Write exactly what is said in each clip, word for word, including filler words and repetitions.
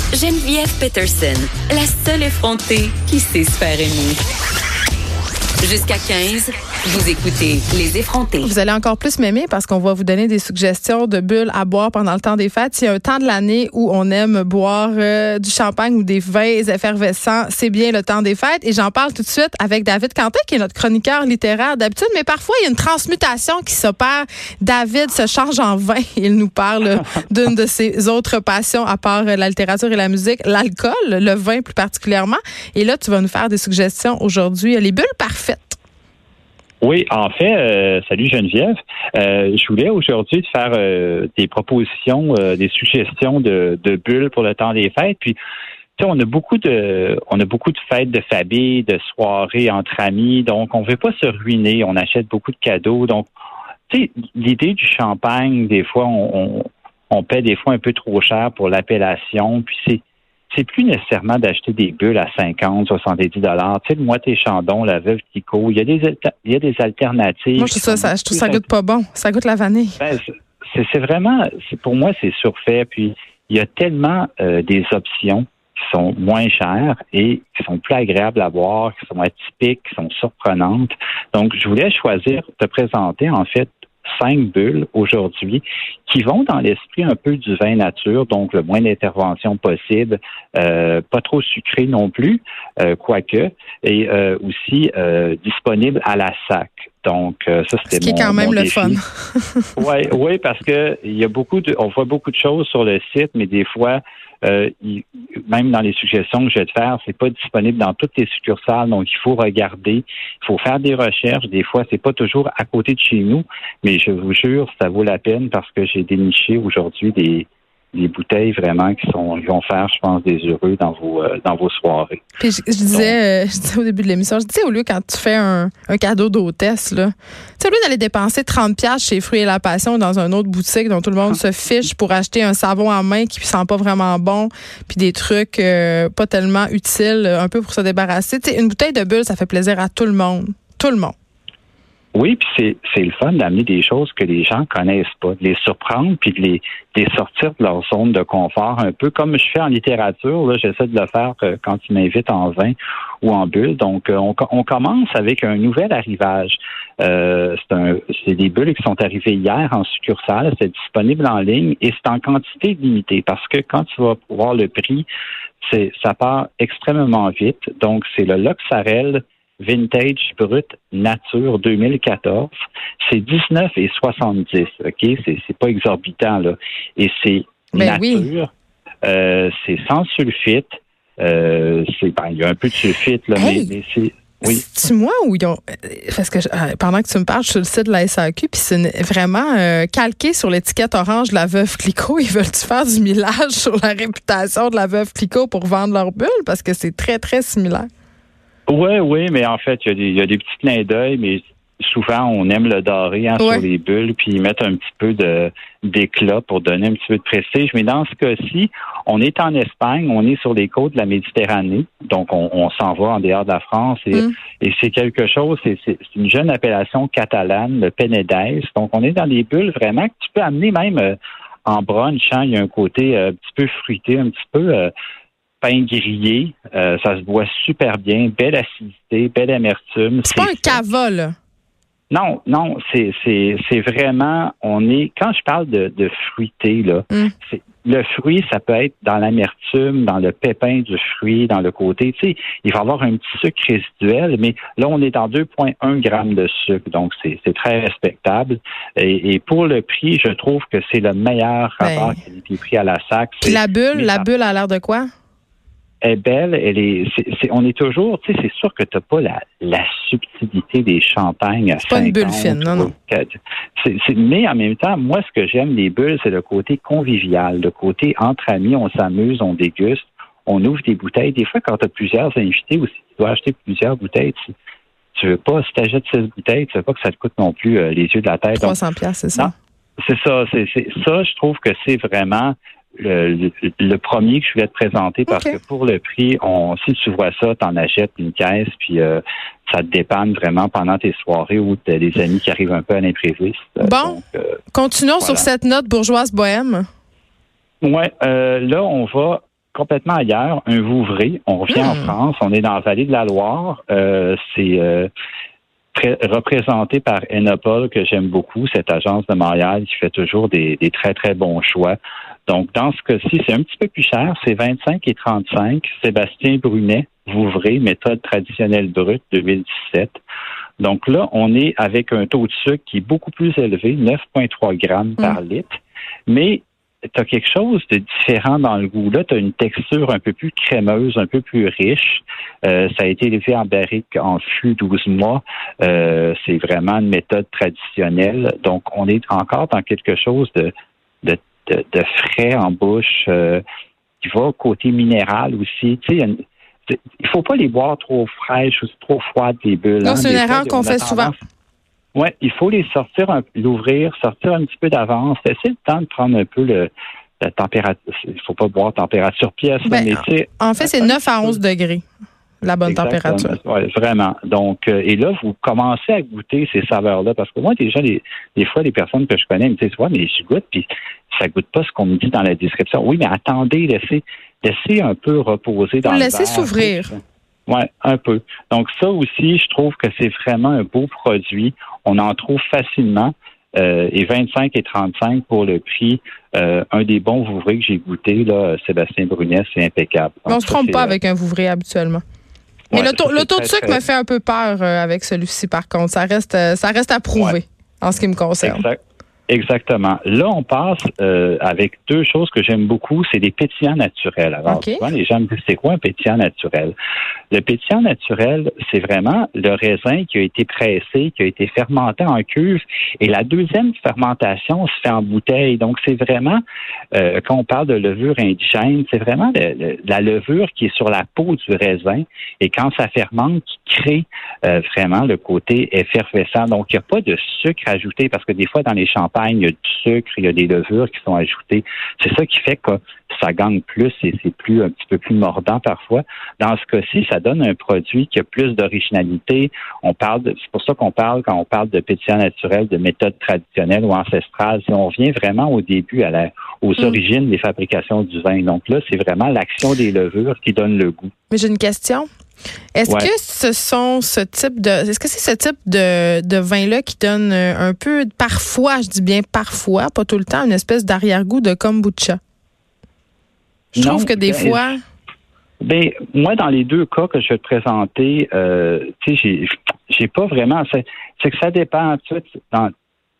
Geneviève Peterson, la seule effrontée qui sait se faire aimer. Jusqu'à quinze, vous écoutez Les Effrontés. Vous allez encore plus m'aimer parce qu'on va vous donner des suggestions de bulles à boire pendant le temps des fêtes. Il y a un temps de l'année où on aime boire euh, du champagne ou des vins effervescents. C'est bien le temps des fêtes. Et j'en parle tout de suite avec David Quentin, qui est notre chroniqueur littéraire d'habitude. Mais parfois, il y a une transmutation qui s'opère. David se change en vin. Il nous parle d'une de ses autres passions, à part la littérature et la musique, l'alcool, le vin plus particulièrement. Et là, tu vas nous faire des suggestions aujourd'hui. Les bulles parfaites. Oui, en fait, euh, salut Geneviève. Euh, je voulais aujourd'hui te faire euh, des propositions, euh, des suggestions de, de bulles pour le temps des fêtes. Puis, tu sais, on a beaucoup de, on a beaucoup de fêtes de famille, de soirées entre amis. Donc, on veut pas se ruiner. On achète beaucoup de cadeaux. Donc, tu sais, l'idée du champagne, des fois, on, on, on paie des fois un peu trop cher pour l'appellation. Puis c'est C'est plus nécessairement d'acheter des bulles à cinquante, soixante-dix dollars. Tu sais, le Moët et Chandon, la Veuve Clicquot, il y a des il y a des alternatives. Moi, je trouve ça, ça, je trouve ça goûte pas bon. Ça goûte la vanille. Ben, c'est, c'est vraiment, c'est, pour moi, c'est surfait. Puis, il y a tellement euh, des options qui sont moins chères et qui sont plus agréables à boire, qui sont atypiques, qui sont surprenantes. Donc, je voulais choisir, te présenter, en fait, cinq bulles aujourd'hui qui vont dans l'esprit un peu du vin nature, donc le moins d'intervention possible, euh, pas trop sucré non plus, euh, quoique, et euh, aussi euh, disponible à la sac. Donc, euh, ça, c'était Ce qui mon, est quand même mon le défi. fun. Oui, oui, parce que il y a beaucoup de, on voit beaucoup de choses sur le site, mais des fois, euh, il, même dans les suggestions que je vais te faire, c'est pas disponible dans toutes les succursales, donc il faut regarder, il faut faire des recherches. Des fois, c'est pas toujours à côté de chez nous, mais je vous jure, ça vaut la peine parce que j'ai déniché aujourd'hui des des bouteilles vraiment qui sont, qui vont faire, je pense, des heureux dans vos euh, dans vos soirées. Puis je, je disais, euh, je disais au début de l'émission, je disais au lieu quand tu fais un, un cadeau d'hôtesse là, tu sais, au lieu d'aller dépenser trente dollars chez Fruits et la Passion dans une autre boutique dont tout le monde se fiche pour acheter un savon à main qui sent pas vraiment bon, puis des trucs euh, pas tellement utiles, un peu pour se débarrasser. Tu sais, une bouteille de bulles, ça fait plaisir à tout le monde, tout le monde. Oui, puis c'est, c'est le fun d'amener des choses que les gens connaissent pas, de les surprendre, puis de les, de les sortir de leur zone de confort, un peu comme je fais en littérature. Là, j'essaie de le faire euh, quand ils m'invitent en vin ou en bulle. Donc, euh, on, on commence avec un nouvel arrivage. Euh, c'est, un, c'est des bulles qui sont arrivées hier en succursale. C'est disponible en ligne et c'est en quantité limitée parce que quand tu vas voir le prix, c'est, ça part extrêmement vite. Donc, c'est le Loxarel Vintage Brut Nature deux mille quatorze, c'est dix-neuf et soixante-dix, OK? C'est, c'est pas exorbitant, là. Et c'est ben nature, oui. euh, c'est sans sulfite, euh, c'est, ben, il y a un peu de sulfite, là, Hey! mais, mais c'est, oui. C'est moi ou ils ont. Parce que euh, pendant que tu me parles, je suis sur le site de la S A Q, puis c'est une, vraiment euh, calqué sur l'étiquette orange de la Veuve Clicquot. Ils veulent-tu faire du millage sur la réputation de la Veuve Clicquot pour vendre leurs bulles? Parce que c'est très, très similaire. Oui, oui, mais en fait, il y a des, il y a des petits clins d'œil, mais souvent, on aime le doré hein, ouais. sur les bulles, puis ils mettent un petit peu de, d'éclat pour donner un petit peu de prestige. Mais dans ce cas-ci, on est en Espagne, on est sur les côtes de la Méditerranée, donc on, on s'en va en dehors de la France, et, mm. et c'est quelque chose, c'est, c'est, c'est une jeune appellation catalane, le Penedès. Donc, on est dans des bulles vraiment que tu peux amener même euh, en brunch. Hein, il y a un côté euh, un petit peu fruité, un petit peu... Euh, pain grillé, euh, ça se boit super bien, belle acidité, belle amertume. C'est, c'est pas un cava, là. Non, non, c'est c'est c'est vraiment, on est, quand je parle de, de fruité, là, mm. c'est, le fruit, ça peut être dans l'amertume, dans le pépin du fruit, dans le côté, tu sais, il va y avoir un petit sucre résiduel, mais là, on est dans deux virgule un grammes de sucre, donc c'est, c'est très respectable. Et, et pour le prix, je trouve que c'est le meilleur rapport ben. qualité-prix à la sac. Puis la bulle, la bulle a l'air de quoi? Est belle, elle est, c'est, c'est, on est toujours, tu sais, c'est sûr que t'as pas la, la subtilité des champagnes à c'est pas une bulle fine, non, non. C'est, c'est, mais en même temps, moi, ce que j'aime des bulles, c'est le côté convivial, le côté entre amis, on s'amuse, on déguste, on ouvre des bouteilles. Des fois, quand t'as plusieurs invités ou si tu dois acheter plusieurs bouteilles, tu, tu veux pas, si t'achètes seize bouteilles, tu veux pas que ça te coûte non plus euh, les yeux de la tête. trois cents dollars, c'est ça? Non, c'est ça, c'est, c'est ça, je trouve que c'est vraiment Le, le, le premier que je voulais te présenter parce okay. que pour le prix, on, si tu vois ça, t'en achètes une caisse puis euh, ça te dépanne vraiment pendant tes soirées ou t'as des amis qui arrivent un peu à l'impréviste. Bon, donc, euh, continuons voilà. sur cette note bourgeoise bohème. Ouais, euh, là on va complètement ailleurs, un Vouvray. On revient mmh. en France, on est dans la vallée de la Loire. Euh, c'est euh, très, représenté par Enopole, que j'aime beaucoup, cette agence de Montréal qui fait toujours des, des très, très bons choix. Donc, dans ce cas-ci, c'est un petit peu plus cher, c'est vingt-cinq et trente-cinq. Sébastien Brunet, Vouvray, méthode traditionnelle brute, deux mille dix-sept. Donc là, on est avec un taux de sucre qui est beaucoup plus élevé, neuf virgule trois grammes mmh. par litre. Mais tu as quelque chose de différent dans le goût. Là, tu as une texture un peu plus crémeuse, un peu plus riche. Euh, ça a été élevé en barrique en fût douze mois. Euh, c'est vraiment une méthode traditionnelle. Donc, on est encore dans quelque chose de, de, de, de frais en bouche euh, qui va au côté minéral aussi. Tu sais, une, il faut pas les boire trop fraîches ou trop froides, les bulles. Non, hein. c'est Des une erreur fois, qu'on fait tendance... souvent. Oui, il faut les sortir, un, l'ouvrir, sortir un petit peu d'avance. C'est le temps de prendre un peu le, la température. Il faut pas boire température pièce. Ben, mais c'est, en fait, c'est neuf à onze degrés, la bonne exactement. température. Oui, vraiment. Donc, euh, et là, vous commencez à goûter ces saveurs-là. Parce que moi, déjà, les, des fois, les personnes que je connais me disent, ouais, mais je goûte, puis ça goûte pas ce qu'on me dit dans la description. Oui, mais attendez, laissez, laissez un peu reposer dans vous le laissez verre. s'ouvrir. Oui, un peu. Donc ça aussi, je trouve que c'est vraiment un beau produit. On en trouve facilement. Euh, et vingt-cinq et trente-cinq pour le prix. Euh, un des bons Vouvray que j'ai goûté, là, Sébastien Brunet, c'est impeccable. Donc, on ne se trompe ça, pas euh... avec un Vouvray habituellement. Mais ouais, le, taux, le taux de sucre très... me fait un peu peur euh, avec celui-ci, par contre. Ça reste, euh, ça reste à prouver ouais. en ce qui me concerne. Exact. Exactement. Là, on passe euh, avec deux choses que j'aime beaucoup, c'est des pétillants naturels. Alors, okay. souvent, les gens me disent, c'est quoi un pétillant naturel? Le pétillant naturel, c'est vraiment le raisin qui a été pressé, qui a été fermenté en cuve, et la deuxième fermentation se fait en bouteille. Donc, c'est vraiment, euh, quand on parle de levure indigène, c'est vraiment le, le, la levure qui est sur la peau du raisin, et quand ça fermente, qui crée euh, vraiment le côté effervescent. Donc, il n'y a pas de sucre ajouté, parce que des fois, dans les champagnes, il y a du sucre, il y a des levures qui sont ajoutées. C'est ça qui fait que ça gagne plus et c'est plus un petit peu plus mordant parfois. Dans ce cas-ci, ça donne un produit qui a plus d'originalité. On parle de, c'est pour ça qu'on parle, quand on parle de pétillant naturel, de méthode traditionnelle ou ancestrale, si on revient vraiment au début, à la, aux mmh. origines des fabrications du vin. Donc là, c'est vraiment l'action des levures qui donne le goût. Mais j'ai une question. Est-ce ouais. que ce sont ce type de est-ce que c'est ce type de, de vin-là qui donne un peu parfois, je dis bien parfois, pas tout le temps, une espèce d'arrière-goût de kombucha? Je non, trouve que des ben, fois. Ben moi, dans les deux cas que je vais te présenter, euh, tu sais, j'ai j'ai pas vraiment. C'est, c'est que ça dépend. Tu sais, dans,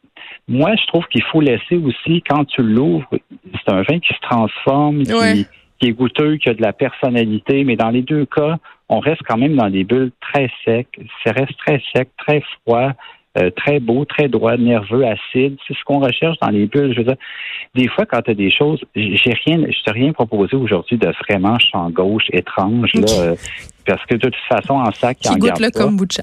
moi, je trouve qu'il faut laisser aussi, quand tu l'ouvres, c'est un vin qui se transforme, ouais. qui, qui est goûteux, qui a de la personnalité, mais dans les deux cas, on reste quand même dans des bulles très secs. Ça reste très sec, très froid, euh, très beau, très droit, nerveux, acide. C'est ce qu'on recherche dans les bulles. Je veux dire, des fois, quand tu as des choses, j'ai rien, je t'ai rien proposé aujourd'hui de vraiment champ gauche étrange, là, euh, parce que de toute façon, en sac, il en garde pas. Qui goûte le kombucha.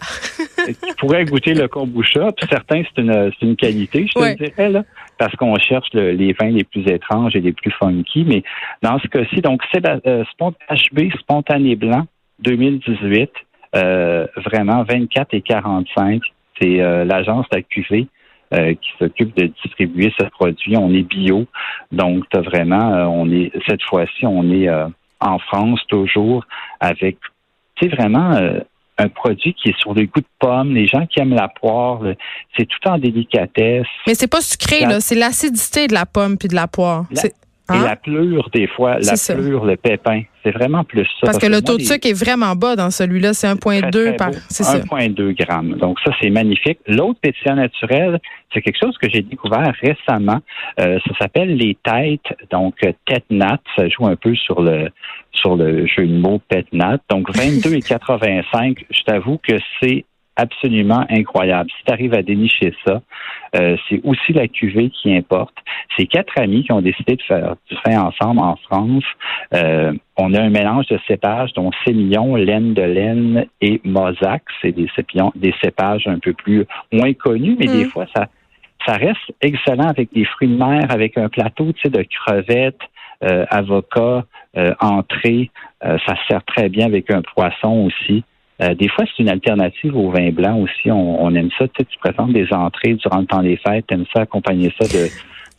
Tu pourrais goûter le kombucha, puis certains, c'est une, c'est une qualité, je te ouais. dirais, là, parce qu'on cherche le, les vins les plus étranges et les plus funky, mais dans ce cas-ci, donc, c'est euh, H B Spontané Blanc, deux mille dix-huit, euh, vraiment vingt-quatre et quarante-cinq. C'est euh, l'agence de la cuvée euh, qui s'occupe de distribuer ce produit. On est bio, donc t'as vraiment, euh, on est cette fois-ci, on est euh, en France toujours avec, tu sais, vraiment euh, un produit qui est sur le goût de pomme. Les gens qui aiment la poire, le, c'est tout en délicatesse. Mais c'est pas sucré, la, là, c'est l'acidité de la pomme puis de la poire. La, c'est... Et hein? la pleure, des fois, c'est la pleure, ça. le pépin. C'est vraiment plus ça. Parce, parce que, que le taux moi, de sucre les... est vraiment bas dans celui-là. C'est un virgule deux par. C'est un virgule deux grammes. Donc, ça, c'est magnifique. L'autre pétillant naturel, c'est quelque chose que j'ai découvert récemment. Euh, ça s'appelle les têtes. Donc, tête nat. Ça joue un peu sur le, sur le jeu de mots pet nat. Donc, vingt-deux et quatre-vingt-cinq. Je t'avoue que c'est absolument incroyable. Si tu arrives à dénicher ça, euh, c'est aussi la cuvée qui importe. C'est quatre amis qui ont décidé de faire du vin ensemble en France. Euh, on a un mélange de cépages, dont Sémillon, Laine de Laine et Mosaque. C'est des, cépions, des cépages un peu plus moins connus, mais mmh. des fois, ça, ça reste excellent avec des fruits de mer, avec un plateau, tu sais, de crevettes, euh, avocats, euh, entrées. Euh, ça se sert très bien avec un poisson aussi. Euh, des fois, c'est une alternative au vin blanc aussi. On, on aime ça. Tu sais, tu présentes des entrées durant le temps des fêtes. Tu aimes ça accompagner ça de,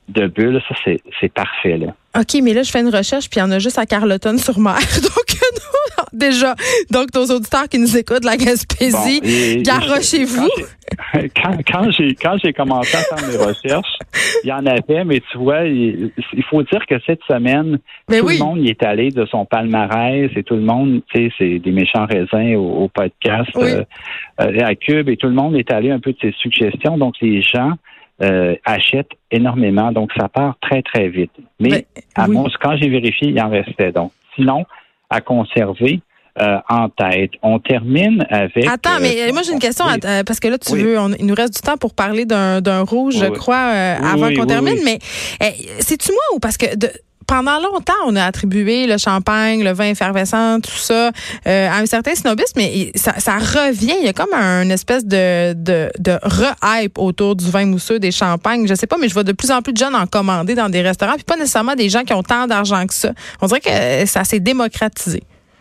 de bulles, ça, c'est, c'est parfait, là. OK, mais là, je fais une recherche, puis il y en a juste à Carleton-sur-Mer. Donc, nous, déjà, donc nos auditeurs qui nous écoutent de la Gaspésie, bon, garochez-vous. Quand j'ai, quand, quand, j'ai, quand j'ai commencé à faire mes recherches, il y en avait, mais tu vois, il, il faut dire que cette semaine, mais tout oui. le monde y est allé de son palmarès et tout le monde, tu sais, c'est des méchants raisins au, au podcast oui. euh, euh, à Cube et tout le monde est allé un peu de ses suggestions. Donc, les gens Euh, achètent énormément, donc ça part très, très vite. Mais ben, à oui. mon, quand j'ai vérifié, il en restait. Donc, sinon, à conserver euh, en tête. On termine avec... Attends, euh, mais moi j'ai une question, oui. euh, parce que là, tu oui. veux, on, il nous reste du temps pour parler d'un, d'un rouge, oui. je crois, euh, oui, avant oui, qu'on oui, termine, oui. mais euh, c'est-tu moi ou parce que... De, pendant longtemps, on a attribué le champagne, le vin effervescent, tout ça, euh, à un certain snobisme, mais ça, ça revient. Il y a comme un espèce de, de, de re-hype autour du vin mousseux, des champagnes. Je sais pas, mais je vois de plus en plus de jeunes en commander dans des restaurants, puis pas nécessairement des gens qui ont tant d'argent que ça. On dirait que ça s'est démocratisé.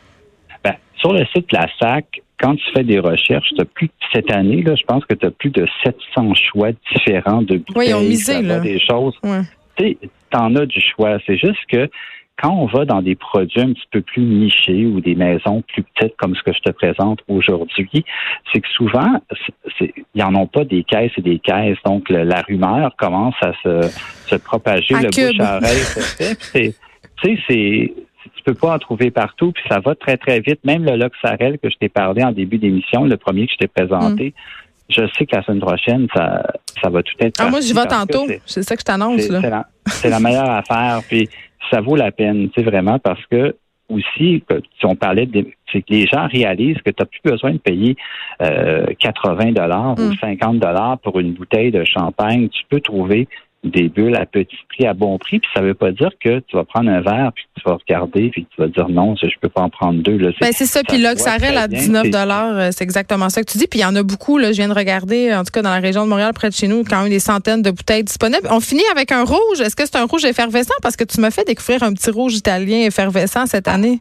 Ben, sur le site La Sac, quand tu fais des recherches, t'as plus cette année, là, je pense que tu as plus de sept cents choix différents de bouteilles. Oui, ils ont misé, là. Des choses. Ouais. Tu sais, t'en as du choix. C'est juste que quand on va dans des produits un petit peu plus nichés ou des maisons plus petites comme ce que je te présente aujourd'hui, c'est que souvent, c'est, ils n'en ont pas des caisses et des caisses. Donc, le, la rumeur commence à se, se propager, à le cube. bouche à oreille se fait. C'est, tu sais, c'est... Tu peux pas en trouver partout, puis ça va très, très vite. Même le Loxarel que je t'ai parlé en début d'émission, le premier que je t'ai présenté, mm. je sais que la semaine prochaine, ça, ça va tout être... Ah, moi, j'y vais tantôt. C'est, c'est ça que je t'annonce. C'est, là. c'est, la, c'est la meilleure affaire, puis ça vaut la peine, tu sais, vraiment, parce que aussi, si on parlait de... C'est que les gens réalisent que tu n'as plus besoin de payer euh, quatre-vingts dollars mm. ou cinquante dollars pour une bouteille de champagne. Tu peux trouver des bulles à petit prix, à bon prix, puis ça veut pas dire que tu vas prendre un verre, puis tu vas regarder, puis tu vas dire non, je peux pas en prendre deux. Là, c'est, ben c'est ça, ça puis Loxarel à dix-neuf dollars, c'est exactement ça que tu dis, puis il y en a beaucoup, là, je viens de regarder, en tout cas dans la région de Montréal, près de chez nous, quand même des centaines de bouteilles disponibles. On finit avec un rouge, est-ce que c'est un rouge effervescent? Parce que tu m'as fait découvrir un petit rouge italien effervescent cette année.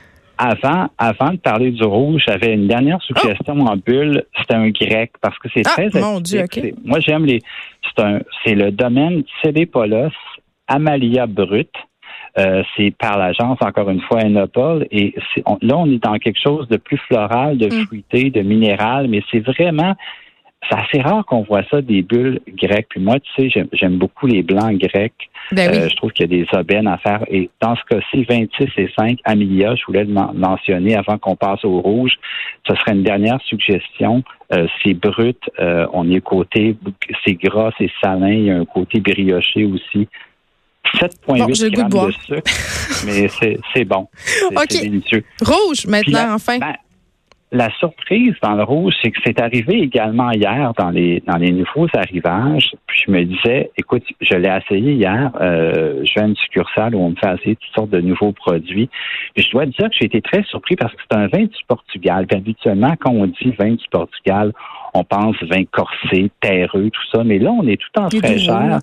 Avant, avant de parler du rouge, j'avais une dernière suggestion oh. en bulle. C'était un grec parce que c'est ah, très mon Dieu, okay. c'est, moi, j'aime les. C'est un, c'est le domaine Célépolos Amalia Brut. Euh, c'est par l'agence, encore une fois, Enopole. Et c'est, on, là, on est dans quelque chose de plus floral, de mm. fruité, de minéral, mais c'est vraiment. C'est assez rare qu'on voit ça, des bulles grecques. Puis moi, tu sais, j'aime, j'aime beaucoup les blancs grecs. Ben oui. euh, je trouve qu'il y a des aubaines à faire. Et dans ce cas-ci, vingt-six et cinq, Amelia, je voulais le mentionner avant qu'on passe au rouge. Ce serait une dernière suggestion. Euh, c'est brut. Euh, on est côté, c'est gras, c'est salin. Il y a un côté brioché aussi. sept virgule huit bon, grammes de, de sucre. Mais c'est, c'est bon. C'est, OK. C'est délicieux. Rouge, maintenant, là, enfin. Ben, la surprise dans le rouge, c'est que c'est arrivé également hier dans les dans les nouveaux arrivages. Puis je me disais, écoute, je l'ai essayé hier. Euh, je vais à une succursale où on me fait essayer toutes sortes de nouveaux produits. Puis je dois dire que j'ai été très surpris parce que c'est un vin du Portugal. Puis habituellement, quand on dit vin du Portugal, on pense vin corsé, terreux, tout ça. Mais là, on est tout en fraîcheur.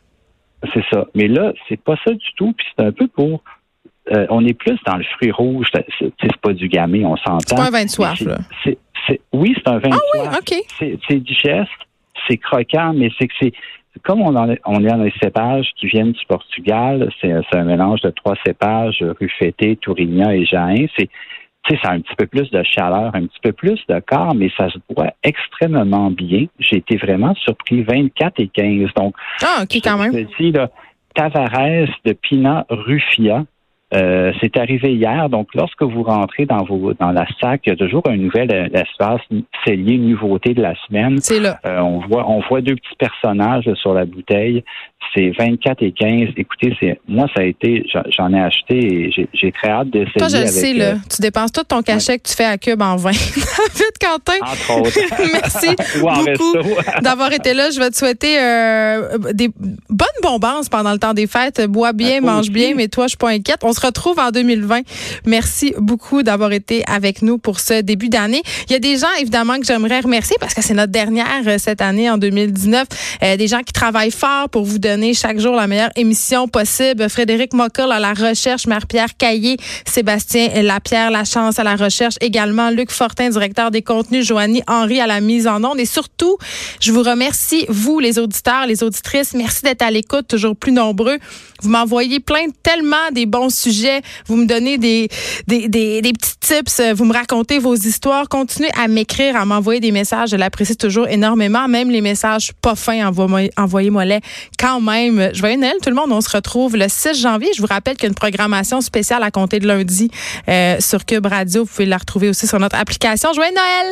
C'est ça. Mais là, c'est pas ça du tout. Puis c'est un peu pour... Euh, on est plus dans le fruit rouge. C'est, c'est, c'est pas du gamay, on s'entend. C'est pas un vin de soif, là. C'est, c'est, oui, c'est un vin ah, de oui, soif. OK. C'est, c'est digeste, c'est croquant, mais c'est que c'est... Comme on, en est, on est dans les cépages qui viennent du Portugal, c'est, c'est un mélange de trois cépages, Ruffeté, Tourigna et Jaén. C'est, tu sais, ça a un petit peu plus de chaleur, un petit peu plus de corps, mais ça se boit extrêmement bien. J'ai été vraiment surpris, vingt-quatre et quinze. Donc, ah, OK, quand même. Je dis, là, Tavares de Pinot Ruffia. Euh, c'est arrivé hier. Donc, lorsque vous rentrez dans vos dans la sac, il y a toujours un nouvel euh, espace cellier nouveauté de la semaine. C'est là. Euh, on voit on voit deux petits personnages là, sur la bouteille. C'est vingt-quatre et quinze. Écoutez, c'est moi ça a été j'en, j'en ai acheté et j'ai, j'ai très hâte d'essayer. Toi, je le avec, sais euh, là. Tu dépenses tout ton cachet ouais. que tu fais à Cube en vin. Vite, Quentin. Entre autres. Merci beaucoup d'avoir été là. Je vais te souhaiter euh, des bonnes bombances pendant le temps des fêtes. Bois bien, mange aussi. Bien, mais toi, je suis pas inquiète. On se retrouve en deux mille vingt. Merci beaucoup d'avoir été avec nous pour ce début d'année. Il y a des gens, évidemment, que j'aimerais remercier parce que c'est notre dernière cette année, en deux mille dix-neuf. Euh, des gens qui travaillent fort pour vous donner donner chaque jour la meilleure émission possible. Frédéric Mockel à la recherche, Marie-Pierre Caillé, Sébastien Lapierre Lachance à la recherche, également Luc Fortin, directeur des contenus, Joanie Henry à la mise en onde. Et surtout, je vous remercie, vous, les auditeurs, les auditrices. Merci d'être à l'écoute, toujours plus nombreux. Vous m'envoyez plein, tellement des bons sujets. Vous me donnez des, des, des, des petits tips. Vous me racontez vos histoires. Continuez à m'écrire, à m'envoyer des messages. Je l'apprécie toujours énormément. Même les messages pas fins, envoyez-moi, envoyez-moi-les quand même. Joyeux Noël, tout le monde. On se retrouve le six janvier. Je vous rappelle qu'il y a une programmation spéciale à compter de lundi euh, sur Cube Radio. Vous pouvez la retrouver aussi sur notre application. Joyeux Noël!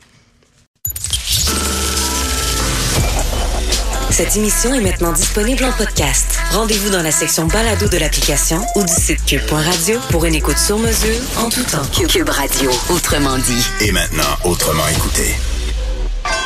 Cette émission est maintenant disponible en podcast. Rendez-vous dans la section balado de l'application ou du site cube point radio pour une écoute sur mesure en tout temps. Cube Radio, autrement dit. Et maintenant, autrement écouté.